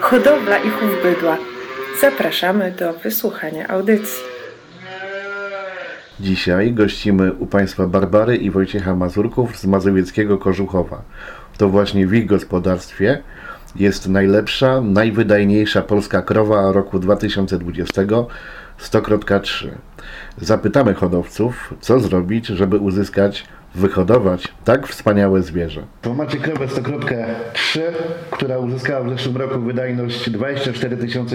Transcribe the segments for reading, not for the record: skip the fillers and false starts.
hodowla i chów bydła. Zapraszamy do wysłuchania audycji. Dzisiaj gościmy u Państwa Barbary i Wojciecha Mazurków z mazowieckiego Kożuchowa. To właśnie w ich gospodarstwie jest najlepsza, najwydajniejsza polska krowa roku 2020 100.3. Zapytamy hodowców, co zrobić, żeby wyhodować tak wspaniałe zwierzę. To macie krowę 100.3, która uzyskała w zeszłym roku wydajność 24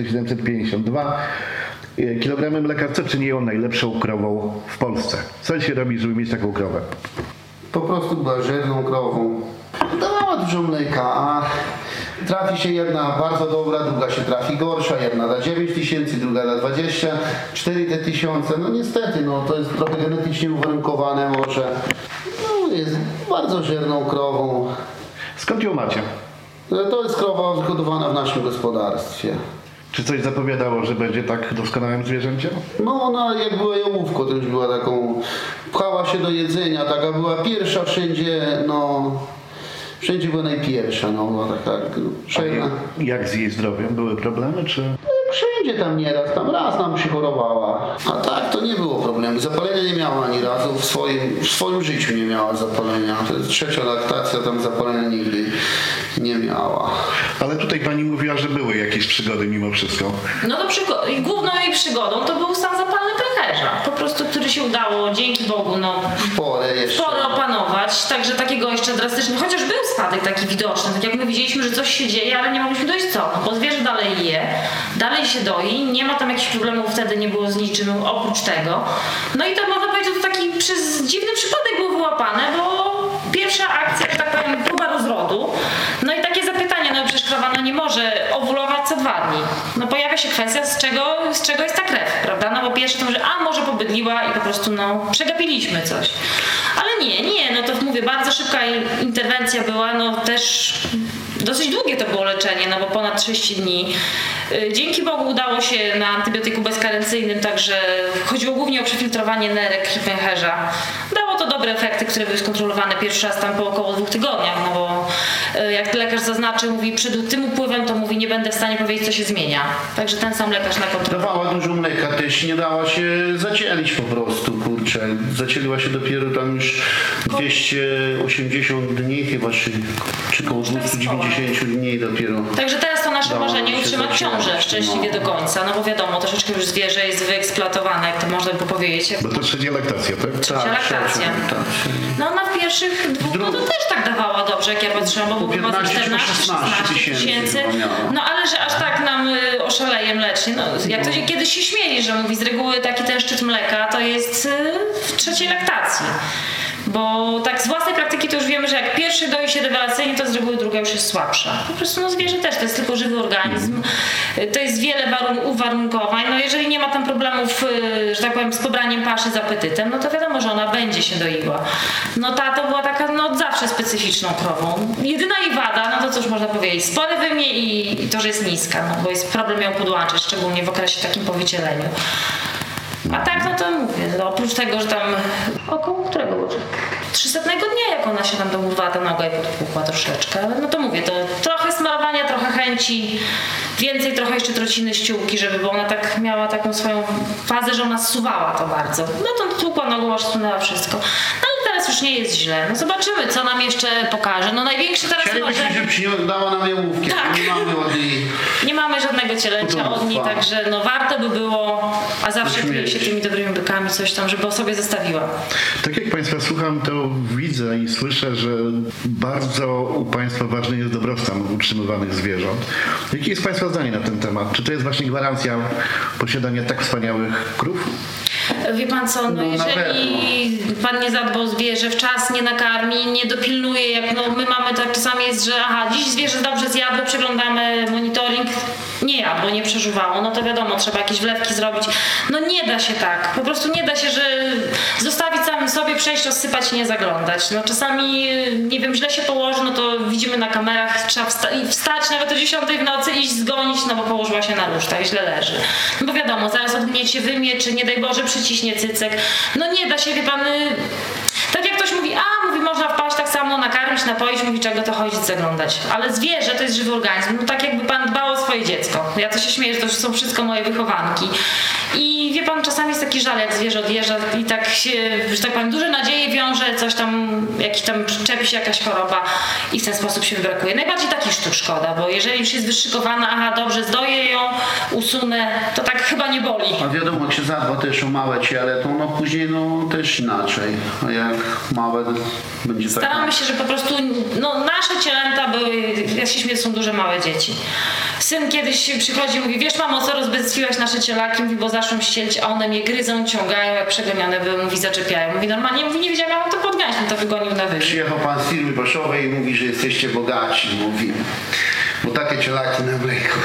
752 kilogramy mleka. Co czyni ją najlepszą krową w Polsce? Co się robi, żeby mieć taką krowę? Po prostu była żerną krową. Dawała dużo mleka, a trafi się jedna bardzo dobra, druga się trafi gorsza. Jedna da 9 tysięcy, druga da 24 tysiące. No niestety, to jest trochę genetycznie uwarunkowane może. Jest bardzo żerną krową. Skąd ją macie? To jest krowa wyhodowana w naszym gospodarstwie. Czy coś zapowiadało, że będzie tak doskonałym zwierzęciem? Ona jak była jałówką, to już była taką, pchała się do jedzenia, taka była pierwsza wszędzie, wszędzie była najpierwsza, była taka szejna. Jak z jej zdrowiem? Były problemy, czy? Wszędzie tam nieraz, tam raz nam przychorowała, a tak to nie było problemu. Zapalenia nie miała ani razu, w swoim życiu nie miała zapalenia. To jest trzecia laktacja, tam zapalenia nigdy nie miała. Ale tutaj pani mówiła, że były jakieś przygody mimo wszystko. Główną jej przygodą to był stan zapalny pęcherza, po prostu, który się udało dzięki Bogu sporo opanować, także takiego jeszcze drastycznego, chociaż był spadek taki widoczny, tak jak my widzieliśmy, że coś się dzieje, ale nie mogliśmy dojść co, bo zwierzę dalej je, dalej się doi, nie ma tam jakichś problemów, wtedy nie było z niczym oprócz tego. I to można powiedzieć, że to taki przez dziwny przypadek było wyłapane, bo pierwsza akcja, że tak powiem, próba rozrodu, i takie zapytanie, przecież krowa nie może owulować co 2 dni. Pojawia się kwestia, z czego jest ta krew, prawda? Bo pierwsze to może pobydliła i po prostu przegapiliśmy coś. Ale nie, to mówię, bardzo szybka interwencja była, też dosyć długie to było leczenie, bo ponad 30 dni. Dzięki Bogu udało się na antybiotyku bezkarencyjnym, także chodziło głównie o przefiltrowanie nerek i pęcherza. Dało to dobre efekty, które były skontrolowane pierwszy raz tam po około 2 tygodniach, bo jak lekarz zaznaczył, mówi, przed tym upływem to mówi, nie będę w stanie powiedzieć, co się zmienia. Także ten sam lekarz na kontrolę. Dawała dużo mleka też, nie dała się zacielić po prostu, kurczę. Zacieliła się dopiero tam już 280 dni chyba, czy koło 290 dni dopiero. Także teraz to nasze marzenie utrzymać ciążę szczęśliwie do końca, bo wiadomo, troszeczkę już zwierzę jest wyeksploatowane, jak to można by powiedzieć. Bo to trzecia laktacja, tak? Trzecia laktacja. Ona w pierwszych 2 to też tak dawała dobrze, jak ja patrzyłam, bo było chyba 14-16 tysięcy. Ale że aż tak nam oszaleje mlecznie. Jak to się kiedyś się śmieli, że mówi, z reguły taki ten szczyt mleka to jest w trzeciej laktacji. Bo tak z własnej praktyki to już wiemy, że jak pierwszy doi się rewelacyjnie, to z reguły druga już jest słabsza. Po prostu zwierzę też to jest tylko żywy organizm. To jest wiele uwarunkowań. Jeżeli nie ma tam problemów, że tak powiem, z pobraniem paszy, z apetytem, to wiadomo, że ona będzie się doiła. Ta to była taka od zawsze specyficzną krową. Jedyna jej wada, to cóż można powiedzieć, spory wymie i to, że jest niska, bo jest problem ją podłączyć, szczególnie w okresie takim powycieleniu. A tak, to mówię, oprócz tego, że tam około którego było? 300 dnia, jak ona się tam dourwała ta noga i podpukła troszeczkę, ale to mówię, to trochę smarowania, trochę chęci, więcej trochę jeszcze trociny ściółki, bo ona tak miała taką swoją fazę, że ona zsuwała to bardzo. To tłukła nogą, aż sunęła wszystko. Ale teraz już nie jest źle. Zobaczymy, co nam jeszcze pokaże. Największy teraz Chcielibyśmy, żeby dała nam jałówkę. Tak. Nie mamy żadnego cielęcia od niej, także warto by było, a zawsze kryje się tymi dobrymi bykami coś tam, żeby o sobie zostawiła. Tak jak Państwa słucham, to widzę i słyszę, że bardzo u Państwa ważny jest dobrostan utrzymywanych zwierząt. Jakie jest Państwa zdanie na ten temat? Czy to jest właśnie gwarancja posiadania tak wspaniałych krów? Wie pan co, jeżeli pan nie zadba o zwierzę, w czas nie nakarmi, nie dopilnuje, jak my mamy tak czasami jest, że dziś zwierzę dobrze zjadło, przeglądamy monitoring, nie jadło, nie przeżuwało, to wiadomo, trzeba jakieś wlewki zrobić. Nie da się tak, po prostu nie da się, że zostawić samym sobie, przejść, rozsypać i nie zaglądać. Czasami, nie wiem, źle się położy, to widzimy na kamerach, trzeba wstać nawet o 10 w nocy, iść zgonić, bo położyła się na rusztach, źle leży. Bo wiadomo, zaraz odgniecie, wymie, czy nie daj Boże przyciśnie cycek. Nie da się, wie pan, tak jak ktoś mówi, można wpaść tak samo, nakarmić, napoić, mówi, czego to chodzić, zaglądać. Ale zwierzę to jest żywy organizm. Tak jakby pan dbał o swoje dziecko. dziecko. Ja to się śmieję, że to są wszystko moje wychowanki. I wie pan, czasami jest taki żal, jak zwierzę odjeżdża i tak się, że tak powiem, duże nadzieje wiąże, coś tam, jakiś tam czepi się jakaś choroba i w ten sposób się wybrakuje. Najbardziej taki sztuk szkoda, bo jeżeli już jest wyszykowana, aha, dobrze, zdoję ją, usunę, to tak chyba nie boli. A wiadomo, jak się zadba też o małe ciele, to później też inaczej. A jak małe będzie tak. Staramy się, że po prostu nasze cielęta były, ja się śmieję, są duże, małe dzieci. Syn kiedyś przychodzi i mówi, wiesz mamo, co rozbestwiłaś nasze cielaki? Mówi, bo zaczną ścielić, a one mnie gryzą, ciągają, jak przegonione były, mówi, zaczepiają. Mówi, normalnie, mówi, nie wiedziałam, jak mam to podganiać, to wygonił na wyżej. Przyjechał pan z firmy paszowej i mówi, że jesteście bogaci, mówi, bo takie cielaki na mleku.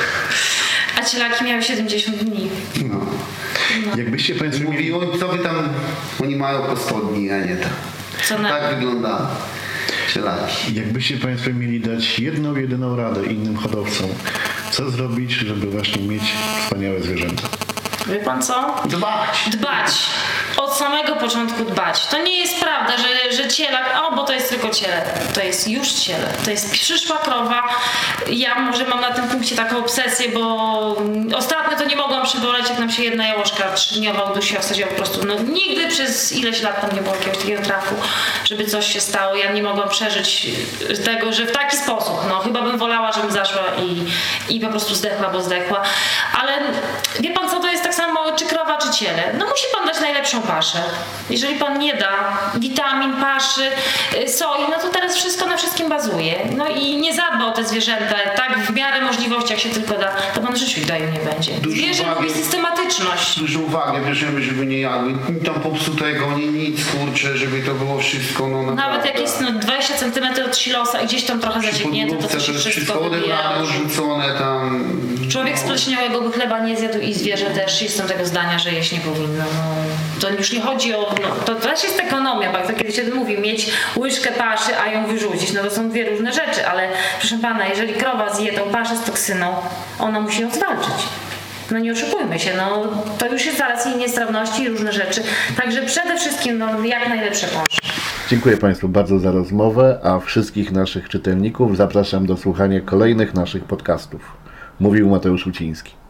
A cielaki miały 70 dni. No. Jakbyście państwo Mówi, co wy tam, oni mają po 100 dni, a nie tak. Tak wygląda cielaki. Jakbyście państwo mieli dać jedną, jedyną radę innym hodowcom, co zrobić, żeby właśnie mieć wspaniałe zwierzęta? Wie pan co? Dbać. Od samego początku dbać. To nie jest prawda, że cielak, bo to jest tylko ciele. To jest już ciele. To jest przyszła krowa. Ja może mam na tym punkcie taką obsesję, bo ostatnio to nie mogłam przyboleć, jak nam się jedna jałoszka 3-dniowa udusiła, wsadziła po prostu. Nigdy przez ileś lat tam nie było jakiegoś takiego trafu, żeby coś się stało. Ja nie mogłam przeżyć tego, że w taki sposób. Chyba bym wolała, żebym zaszła i po prostu zdechła, bo zdechła. Ale wie pan co, to jest tak samo, czy krowa, czy ciele. Musi pan dać najlepszą paszę. Jeżeli pan nie da witamin, paszy, soi, to teraz wszystko na wszystkim bazuje. I nie zadba o te zwierzęta tak w miarę możliwości, jak się tylko da, to pan w życiu daje nie będzie. Zwierzę lubi systematyczność. Dużą uwagę bierzemy, żeby nie jadły tam popsutego, nic, kurczę, żeby to było wszystko. Nawet jak jest 20 cm od silosa i gdzieś tam trochę zacieknięte, to się wszystko odebrane, odrzucone tam. Człowiek z pleśniałego by chleba nie zjadł i zwierzę też. Jestem tego zdania, że jeść nie powinno. To już nie chodzi o... to też jest ekonomia, tak kiedyś się mówi, mieć łyżkę paszy, a ją wyrzucić. To są dwie różne rzeczy, ale proszę pana, jeżeli krowa zje tą paszę z toksyną, ona musi ją zwalczyć. Nie oszukujmy się, to już jest zaraz jej niestrawności i różne rzeczy. Także przede wszystkim jak najlepsze pasze. Dziękuję Państwu bardzo za rozmowę, a wszystkich naszych czytelników zapraszam do słuchania kolejnych naszych podcastów. Mówił Mateusz Uciński.